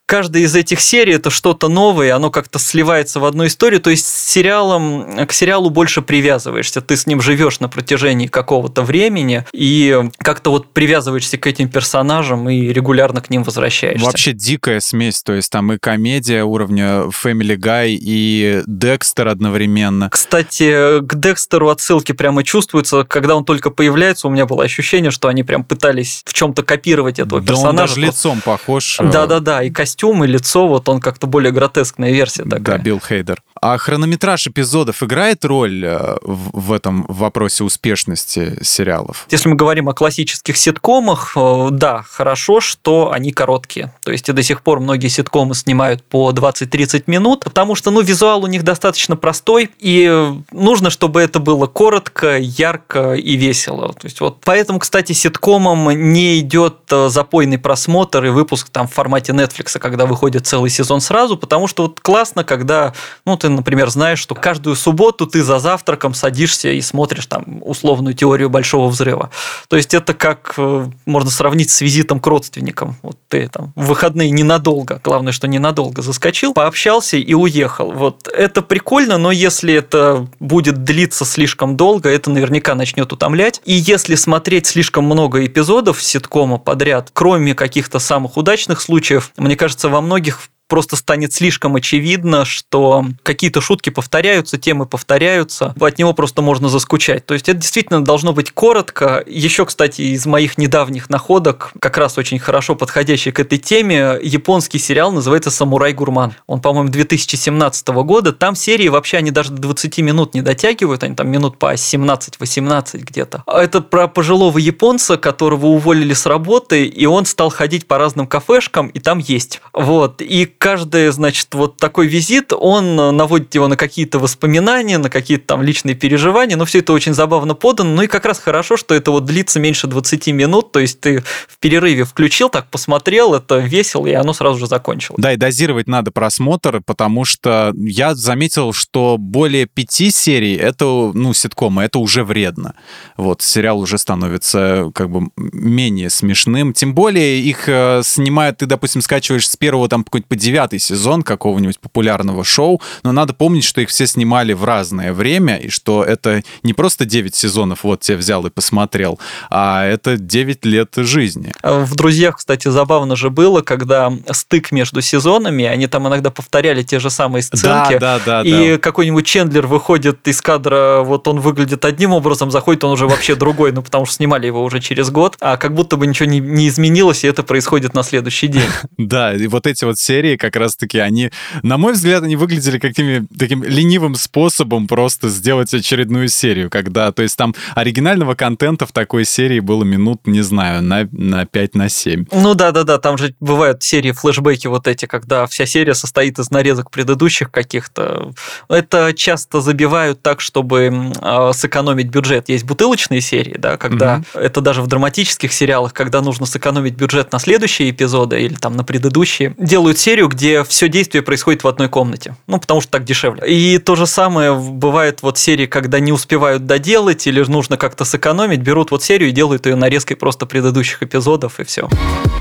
каждая из этих серий это что-то новое, оно как-то сливается в одну историю, то есть с сериалом, к сериалу больше привязываешься, ты с ним живешь на протяжении какого-то времени и как-то вот привязываешься к этим персонажам и регулярно к ним возвращаешься. Вообще дикая смесь, то есть там и комедия уровня Family Guy, и Декстер одновременно. Кстати, к Декстеру отсылки прямо чувствуются, когда он только появляется, у меня было ощущение, что они прям пытались в чем-то копировать этого да персонажа. Он даже лицом похож. Да-да-да, и костюм, и лицо, вот он как-то более гротескная версия такая. Да, Билл Хейдер. А хронометраж эпизодов играет роль в, в этом вопросе успешности сериалов? Если мы говорим о классических ситкомах, да, хорошо, что они короткие. То есть и до сих пор многие ситкомы снимают по двадцать-тридцать минут, потому что, ну, визуал у них достаточно простой, и нужно, чтобы это было коротко, ярко и весело. То есть вот поэтому, кстати, ситкомам не идет запойный просмотр и выпуск там в формате Netflix, когда выходит целый сезон сразу, потому что вот классно, когда, ну, ты, например, знаешь, что каждую субботу ты за завтраком садишься и смотришь там условную теорию большого взрыва. То есть это как можно сравнить с визитом к родственникам. Вот ты там в выходные ненадолго, главное, что ненадолго заскочил, пообщался и уехал. Вот это прикольно, но если это будет длиться слишком долго, это наверняка начнет утомлять. И если смотреть слишком много эпизодов ситкома подряд, кроме каких-то самых удачных случаев, мне кажется, во многих просто станет слишком очевидно, что какие-то шутки повторяются, темы повторяются, от него просто можно заскучать. То есть это действительно должно быть коротко. Еще, кстати, из моих недавних находок, как раз очень хорошо подходящий к этой теме, японский сериал называется «Самурай-гурман». Он, по-моему, две тысячи семнадцатого года. Там серии вообще они даже до двадцати минут не дотягивают, они там минут по семнадцать-восемнадцать где-то. Это про пожилого японца, которого уволили с работы, и он стал ходить по разным кафешкам, и там есть. Вот. И каждый, значит, вот такой визит, он наводит его на какие-то воспоминания, на какие-то там личные переживания, но все это очень забавно подано, ну и как раз хорошо, что это вот длится меньше двадцати минут, то есть ты в перерыве включил, так посмотрел, это весело, и оно сразу же закончилось. Да, и дозировать надо просмотр, потому что я заметил, что более пяти серий, это, ну, ситкомы, это уже вредно. Вот, сериал уже становится как бы менее смешным, тем более их э, снимают, ты, допустим, скачиваешь с первого там какой-нибудь по девятый сезон какого-нибудь популярного шоу, но надо помнить, что их все снимали в разное время, и что это не просто девять сезонов, вот тебя взял и посмотрел, а это девять лет жизни. В «Друзьях», кстати, забавно же было, когда стык между сезонами, они там иногда повторяли те же самые сценки, да, да, да, и да. какой-нибудь Чендлер выходит из кадра, вот он выглядит одним образом, заходит он уже вообще другой, ну потому что снимали его уже через год, а как будто бы ничего не, не изменилось, и это происходит на следующий день. Да, и вот эти вот серии как раз-таки, они, на мой взгляд, они выглядели какими таким ленивым способом просто сделать очередную серию, когда, то есть там оригинального контента в такой серии было минут, не знаю, на, на пять, на семь. Ну да-да-да, там же бывают серии флешбеки вот эти, когда вся серия состоит из нарезок предыдущих каких-то. Это часто забивают так, чтобы э, сэкономить бюджет. Есть бутылочные серии, да, когда mm-hmm. это даже в драматических сериалах, когда нужно сэкономить бюджет на следующие эпизоды или там на предыдущие, делают серию, где все действие происходит в одной комнате. Ну, потому что так дешевле. И то же самое бывает вот серии, когда не успевают доделать или нужно как-то сэкономить, берут вот серию и делают ее нарезкой просто предыдущих эпизодов, и все.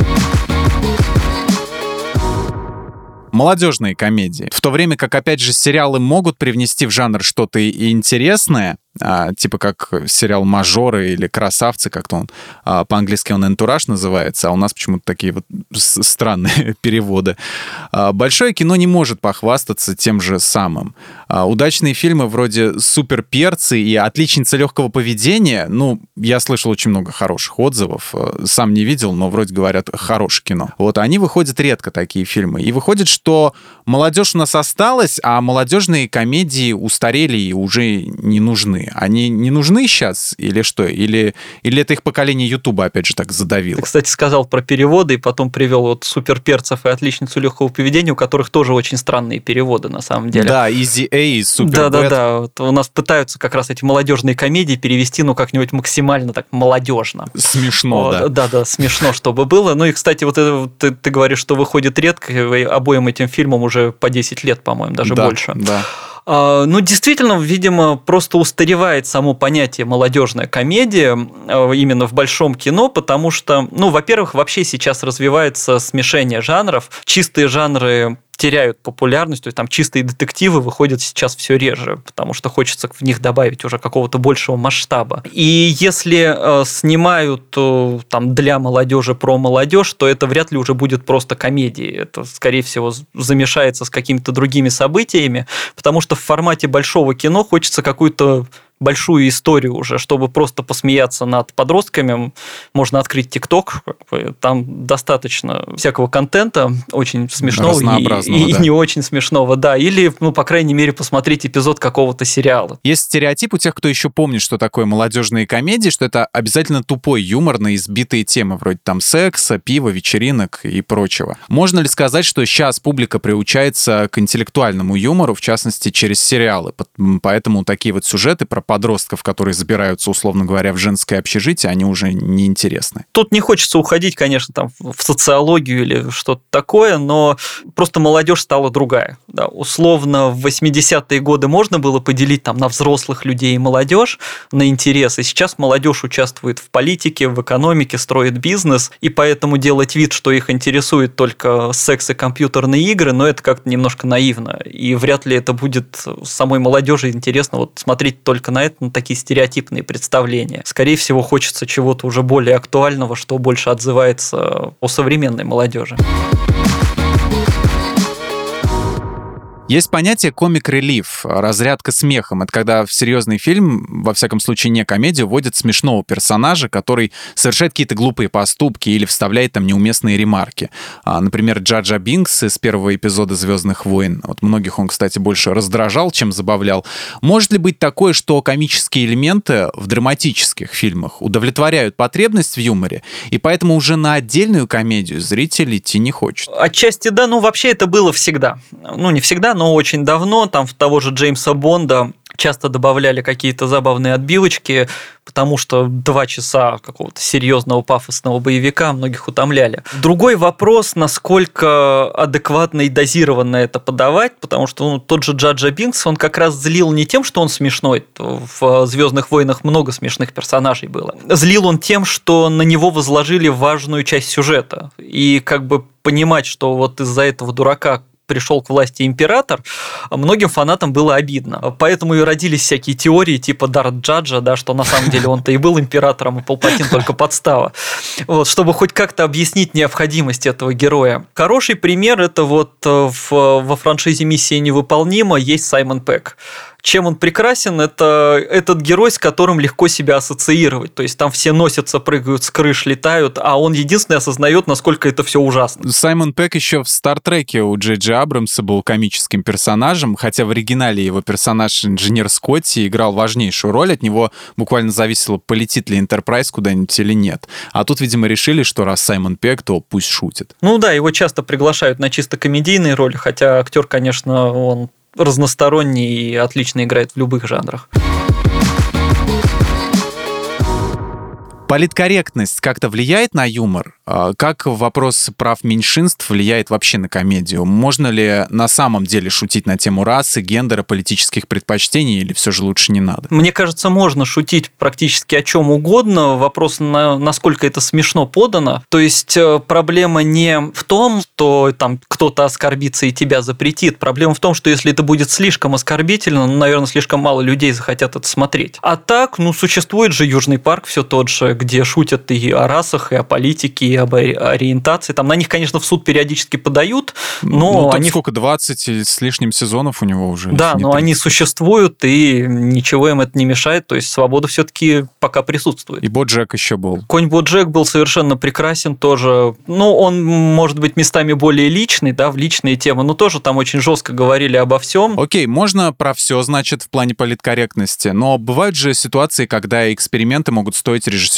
Молодежные комедии. В то время как, опять же, сериалы могут привнести в жанр что-то интересное, а, типа как сериал «Мажоры» или «Красавцы», как-то он а, по-английски он «Энтураж» называется, а у нас почему-то такие вот странные переводы. А, большое кино не может похвастаться тем же самым. А, удачные фильмы вроде «Суперперцы» и «Отличница легкого поведения», ну, я слышал очень много хороших отзывов, сам не видел, но вроде говорят, хорошее кино. Вот, они выходят редко, такие фильмы. И выходит, что молодежь у нас осталась, а молодежные комедии устарели и уже не нужны. Они не нужны сейчас или что? Или, или это их поколение Ютуба, опять же, так задавило? Ты, кстати, сказал про переводы, и потом привел вот «Суперперцев» и «Отличницу легкого поведения», у которых тоже очень странные переводы, на самом деле. Да, Easy A и Superbad. Да-да-да, вот у нас пытаются как раз эти молодежные комедии перевести, ну, как-нибудь максимально так молодежно. Смешно, да. Да-да, смешно, чтобы было. Ну и, кстати, вот это, ты, ты говоришь, что выходит редко, обоим этим фильмам уже по десять лет, по-моему, даже да, больше. Да. А, ну, действительно, видимо, просто устаревает само понятие молодежная комедия именно в большом кино, потому что, ну, во-первых, вообще сейчас развивается смешение жанров. Чистые жанры теряют популярность, то есть там чистые детективы выходят сейчас все реже, потому что хочется в них добавить уже какого-то большего масштаба. И если э, снимают э, там для молодежи про молодежь, то это вряд ли уже будет просто комедией. Это, скорее всего, замешается с какими-то другими событиями, потому что в формате большого кино хочется какую-то большую историю уже, чтобы просто посмеяться над подростками. Можно открыть ТикТок, там достаточно всякого контента, очень смешного и, и да. не очень смешного, да. Или, ну, по крайней мере, посмотреть эпизод какого-то сериала. Есть стереотип у тех, кто еще помнит, что такое молодежные комедии, что это обязательно тупой юмор на избитые темы, вроде там секса, пива, вечеринок и прочего. Можно ли сказать, что сейчас публика приучается к интеллектуальному юмору, в частности, через сериалы? Поэтому такие вот сюжеты про подростков, которые забираются, условно говоря, в женское общежитие, они уже неинтересны. Тут не хочется уходить, конечно, там, в социологию или что-то такое, но просто молодежь стала другая. Да, условно, в восьмидесятые годы можно было поделить там, на взрослых людей и молодежь, на интересы. Сейчас молодежь участвует в политике, в экономике, строит бизнес, и поэтому делать вид, что их интересует только секс и компьютерные игры, но это как-то немножко наивно. И вряд ли это будет самой молодежи интересно вот смотреть только на это, на такие стереотипные представления. Скорее всего, хочется чего-то уже более актуального, что больше отзывается о современной молодежи. Есть понятие комик-релиф, разрядка смехом. Это когда в серьезный фильм, во всяком случае не комедию, вводят смешного персонажа, который совершает какие-то глупые поступки или вставляет там неуместные ремарки. Например, Джа Джа Бинкс из первого эпизода «Звездных войн». Вот многих он, кстати, больше раздражал, чем забавлял. Может ли быть такое, что комические элементы в драматических фильмах удовлетворяют потребность в юморе, и поэтому уже на отдельную комедию зритель идти не хочет? Отчасти да, ну вообще это было всегда. Ну не всегда, но очень давно, там в того же Джеймса Бонда часто добавляли какие-то забавные отбивочки, потому что два часа какого-то серьезного пафосного боевика многих утомляли. Другой вопрос, насколько адекватно и дозированно это подавать, потому что ну, тот же Джа Джа Бинкс, он как раз злил не тем, что он смешной, в «Звездных войнах» много смешных персонажей было. Злил он тем, что на него возложили важную часть сюжета. И как бы понимать, что вот из-за этого дурака пришел к власти император, многим фанатам было обидно. Поэтому и родились всякие теории типа Дарт Джаджа, да, что на самом деле он-то и был императором, и Палпатин только подстава. Вот, чтобы хоть как-то объяснить необходимость этого героя. Хороший пример – это вот в, во франшизе «Миссия невыполнима» есть Саймон Пегг. Чем он прекрасен, это этот герой, с которым легко себя ассоциировать. То есть там все носятся, прыгают с крыш, летают, а он единственный осознает, насколько это все ужасно. Саймон Пегг еще в «Стартреке» у Джей Джей Абрамса был комическим персонажем, хотя в оригинале его персонаж инженер Скотти играл важнейшую роль, от него буквально зависело, полетит ли Энтерпрайз куда-нибудь или нет. А тут, видимо, решили, что раз Саймон Пегг, то пусть шутит. Ну да, его часто приглашают на чисто комедийные роли, хотя актер, конечно, он разносторонний и отлично играет в любых жанрах. Политкорректность как-то влияет на юмор? Как вопрос прав меньшинств влияет вообще на комедию? Можно ли на самом деле шутить на тему расы, гендера, политических предпочтений, или все же лучше не надо? Мне кажется, можно шутить практически о чем угодно. Вопрос, насколько это смешно подано. То есть проблема не в том, что там кто-то оскорбится и тебя запретит. Проблема в том, что если это будет слишком оскорбительно, ну, наверное, слишком мало людей захотят это смотреть. А так, ну, существует же Южный парк все тот же, где шутят и о расах, и о политике, и об ориентации. Там на них, конечно, в суд периодически подают, но ну, там они... сколько, двадцать с лишним сезонов у него уже? Да, но они существуют, и ничего им это не мешает, то есть свобода все-таки пока присутствует. И Боджек еще был. Конь Боджек был совершенно прекрасен тоже. Ну, он, может быть, местами более личный, да, в личные темы, но тоже там очень жестко говорили обо всем. Окей, можно про все, значит, в плане политкорректности, но бывают же ситуации, когда эксперименты могут стоить режиссеру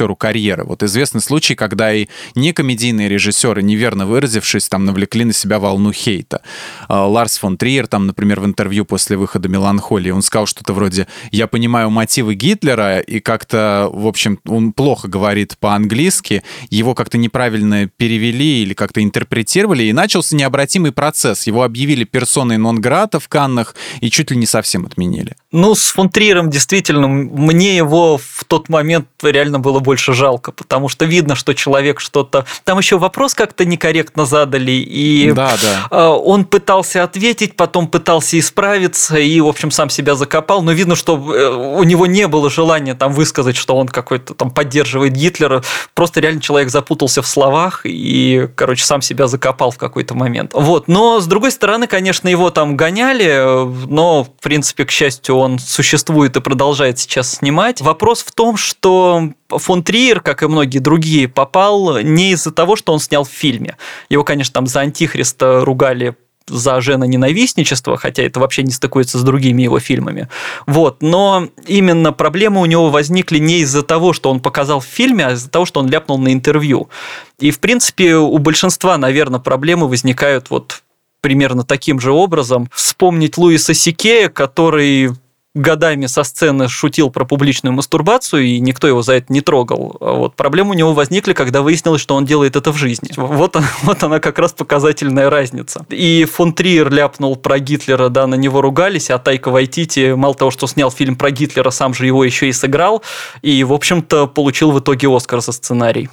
режиссеру карьеры. Вот известный случай, когда и некомедийные режиссеры, неверно выразившись, там навлекли на себя волну хейта. Ларс фон Триер, там, например, в интервью после выхода «Меланхолии», он сказал что-то вроде «Я понимаю мотивы Гитлера», и как-то, в общем, он плохо говорит по-английски, его как-то неправильно перевели или как-то интерпретировали, и начался необратимый процесс. Его объявили персоной нон-грата в Каннах и чуть ли не совсем отменили. Ну, с фон Триером действительно, мне его в тот момент реально было больше жалко, потому что видно, что человек что-то... Там еще вопрос как-то некорректно задали, и да, да. он пытался ответить, потом пытался исправиться, и, в общем, сам себя закопал, но видно, что у него не было желания там высказать, что он какой-то там поддерживает Гитлера, просто реально человек запутался в словах и, короче, сам себя закопал в какой-то момент. Вот, но, с другой стороны, конечно, его там гоняли, но, в принципе, к счастью, он существует и продолжает сейчас снимать. Вопрос в том, что фон Триер, как и многие другие, попал не из-за того, что он снял в фильме. Его, конечно, там за Антихриста ругали за женоненавистничество, хотя это вообще не стыкуется с другими его фильмами. Вот. Но именно проблемы у него возникли не из-за того, что он показал в фильме, а из-за того, что он ляпнул на интервью. И, в принципе, у большинства, наверное, проблемы возникают вот примерно таким же образом. Вспомнить Луиса Си Кея, который годами со сцены шутил про публичную мастурбацию, и никто его за это не трогал. Вот. Проблемы у него возникли, когда выяснилось, что он делает это в жизни. Вот, вот она как раз показательная разница. И фон Триер ляпнул про Гитлера, да, на него ругались, а Тайка Вайтити, мало того, что снял фильм про Гитлера, сам же его еще и сыграл, и, в общем-то, получил в итоге Оскар за сценарий.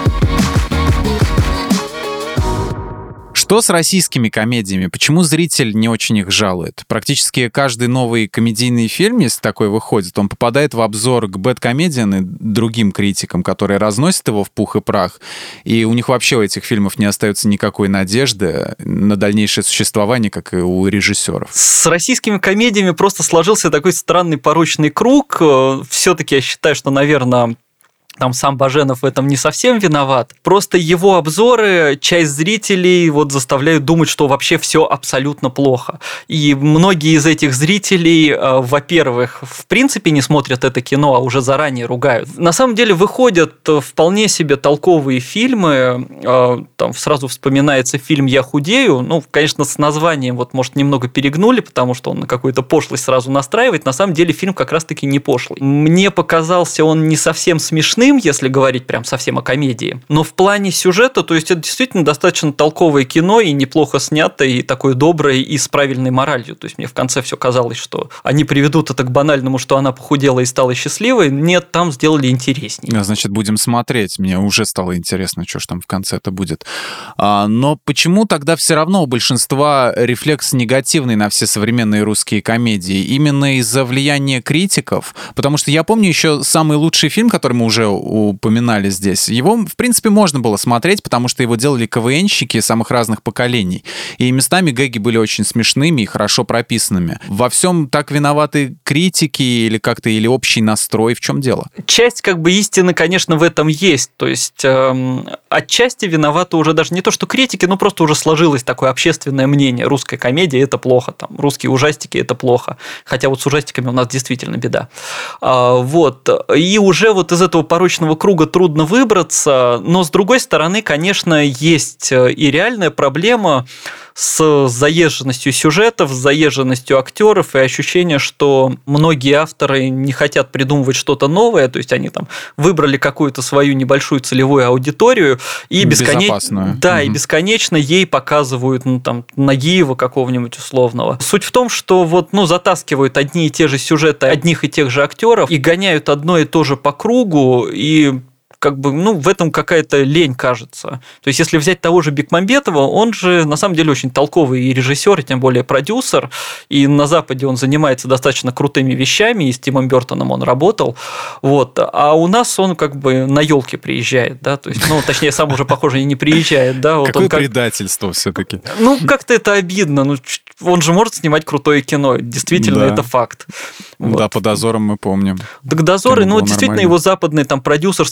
Что с российскими комедиями? Почему зритель не очень их жалует? Практически каждый новый комедийный фильм, если такой выходит, он попадает в обзор к Bad Comedian и другим критикам, которые разносят его в пух и прах, и у них вообще у этих фильмов не остается никакой надежды на дальнейшее существование, как и у режиссеров. С российскими комедиями просто сложился такой странный порочный круг. Все-таки я считаю, что, наверное, там сам Баженов в этом не совсем виноват. Просто его обзоры часть зрителей вот заставляют думать, что вообще все абсолютно плохо. И многие из этих зрителей, во-первых, в принципе не смотрят это кино, а уже заранее ругают. На самом деле выходят вполне себе толковые фильмы. Там сразу вспоминается фильм «Я худею». Ну, конечно, с названием вот, может, немного перегнули, потому что он на какую-то пошлость сразу настраивает. На самом деле фильм как раз-таки не пошлый. Мне показался он не совсем смешным, если говорить прям совсем о комедии. Но в плане сюжета, то есть это действительно достаточно толковое кино и неплохо снято, и такое доброе, и с правильной моралью. То есть мне в конце все казалось, что они приведут это к банальному, что она похудела и стала счастливой. Нет, там сделали интереснее. Значит, будем смотреть. Мне уже стало интересно, что ж там в конце-то будет. А, но почему тогда все равно у большинства рефлекс негативный на все современные русские комедии? Именно из-за влияния критиков? Потому что я помню еще самый лучший фильм, который мы уже упоминали здесь. Его, в принципе, можно было смотреть, потому что его делали КВНщики самых разных поколений. И местами гэги были очень смешными и хорошо прописанными. Во всем так виноваты критики или как-то или общий настрой? В чем дело? Часть как бы истины, конечно, в этом есть. То есть эм, отчасти виноваты уже даже не то, что критики, но просто уже сложилось такое общественное мнение. Русская комедия – это плохо, там, русские ужастики – это плохо. Хотя вот с ужастиками у нас действительно беда. А, вот. И уже вот из этого порочного круга трудно выбраться, но с другой стороны, конечно, есть и реальная проблема с заезженностью сюжетов, с заезженностью актеров и ощущение, что многие авторы не хотят придумывать что-то новое, то есть они там выбрали какую-то свою небольшую целевую аудиторию и бесконечно, да, угу. и бесконечно ей показывают, ну, там, Нагиева какого-нибудь условного. Суть в том, что вот, ну, затаскивают одни и те же сюжеты одних и тех же актеров и гоняют одно и то же по кругу, и как бы, ну, в этом какая-то лень, кажется. То есть, если взять того же Бекмамбетова, он же, на самом деле, очень толковый и режиссер, и тем более продюсер, и на Западе он занимается достаточно крутыми вещами, и с Тимом Бёртоном он работал, вот, а у нас он как бы на елке приезжает, да, то есть, ну, точнее, сам уже, похоже, и не приезжает, да. Вот Какое он как... предательство все-таки. Ну, как-то это обидно, ну, он же может снимать крутое кино, действительно, да. Это факт. Вот. Да, по «Дозорам» мы помним. Так «Дозоры», ну, действительно, нормально. Его западные там продюсерские проекты,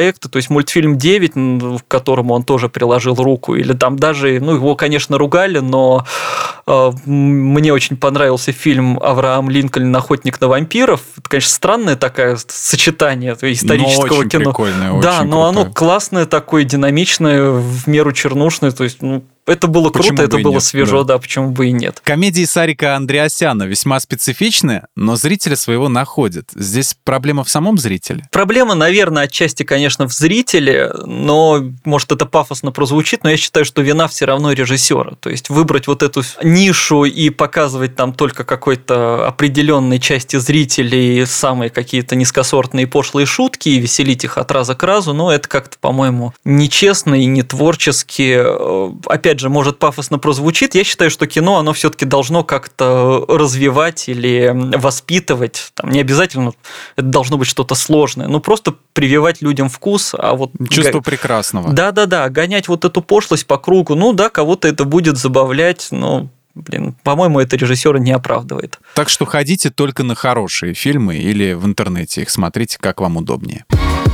проекты, то есть мультфильм «девять», к которому он тоже приложил руку, или там даже, ну, его, конечно, ругали, но э, мне очень понравился фильм «Авраам Линкольн. Охотник на вампиров». Это, конечно, странное такое сочетание исторического но очень кино. Прикольное, да, очень но крутое. оно классное такое, динамичное, в меру чернушное, то есть, ну, это было Почему круто, это было нет, свежо, да. да, почему бы и нет. Комедии Сарика Андреасяна весьма специфичны, но зрителя своего находят. Здесь проблема в самом зрителе? Проблема, наверное, отчасти, конечно, в зрителе, но, может, это пафосно прозвучит, но я считаю, что вина все равно режиссера. То есть выбрать вот эту нишу и показывать там только какой-то определенной части зрителей самые какие-то низкосортные пошлые шутки и веселить их от раза к разу, ну, это как-то, по-моему, нечестно и не творчески. Опять же, может, пафосно прозвучит, я считаю, что кино, оно все-таки должно как-то развивать или воспитывать. Там не обязательно это должно быть что-то сложное, но просто прививать людям вкус, а вот... Чувство прекрасного. Да-да-да, гонять вот эту пошлость по кругу, ну да, кого-то это будет забавлять, но... Блин, по-моему, это режиссера не оправдывает. Так что ходите только на хорошие фильмы или в интернете их смотрите, как вам удобнее.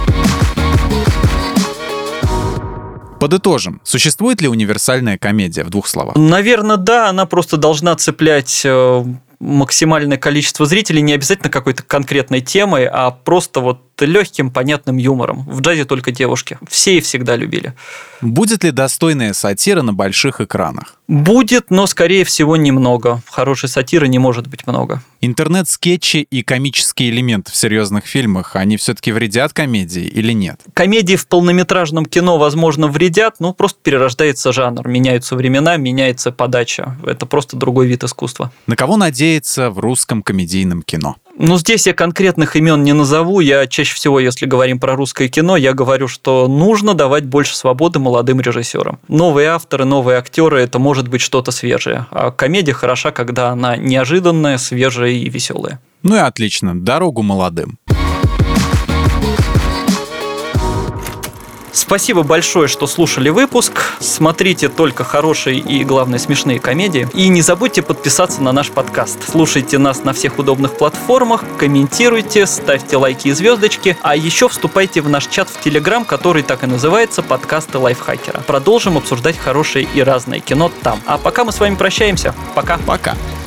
Подытожим. Существует ли универсальная комедия в двух словах? Наверное, да. Она просто должна цеплять максимальное количество зрителей, не обязательно какой-то конкретной темой, а просто вот легким, понятным юмором. В джазе только девушки. Все и всегда любили. Будет ли достойная сатира на больших экранах? Будет, но, скорее всего, немного. Хорошей сатиры не может быть много. Интернет-скетчи и комические элементы в серьезных фильмах, они все-таки вредят комедии или нет? Комедии в полнометражном кино, возможно, вредят, но просто перерождается жанр. Меняются времена, меняется подача. Это просто другой вид искусства. На кого надеяться в русском комедийном кино? Ну, здесь я конкретных имен не назову. Я чаще всего, если говорим про русское кино, я говорю, что нужно давать больше свободы молодым режиссерам. Новые авторы, новые актеры – это может быть что-то свежее. А комедия хороша, когда она неожиданная, свежая и веселая. Ну и отлично. Дорогу молодым. Спасибо большое, что слушали выпуск. Смотрите только хорошие и, главное, смешные комедии. И не забудьте подписаться на наш подкаст. Слушайте нас на всех удобных платформах, комментируйте, ставьте лайки и звездочки. А еще вступайте в наш чат в Телеграм, который так и называется «Подкасты лайфхакера». Продолжим обсуждать хорошее и разное кино там. А пока мы с вами прощаемся. Пока. Пока.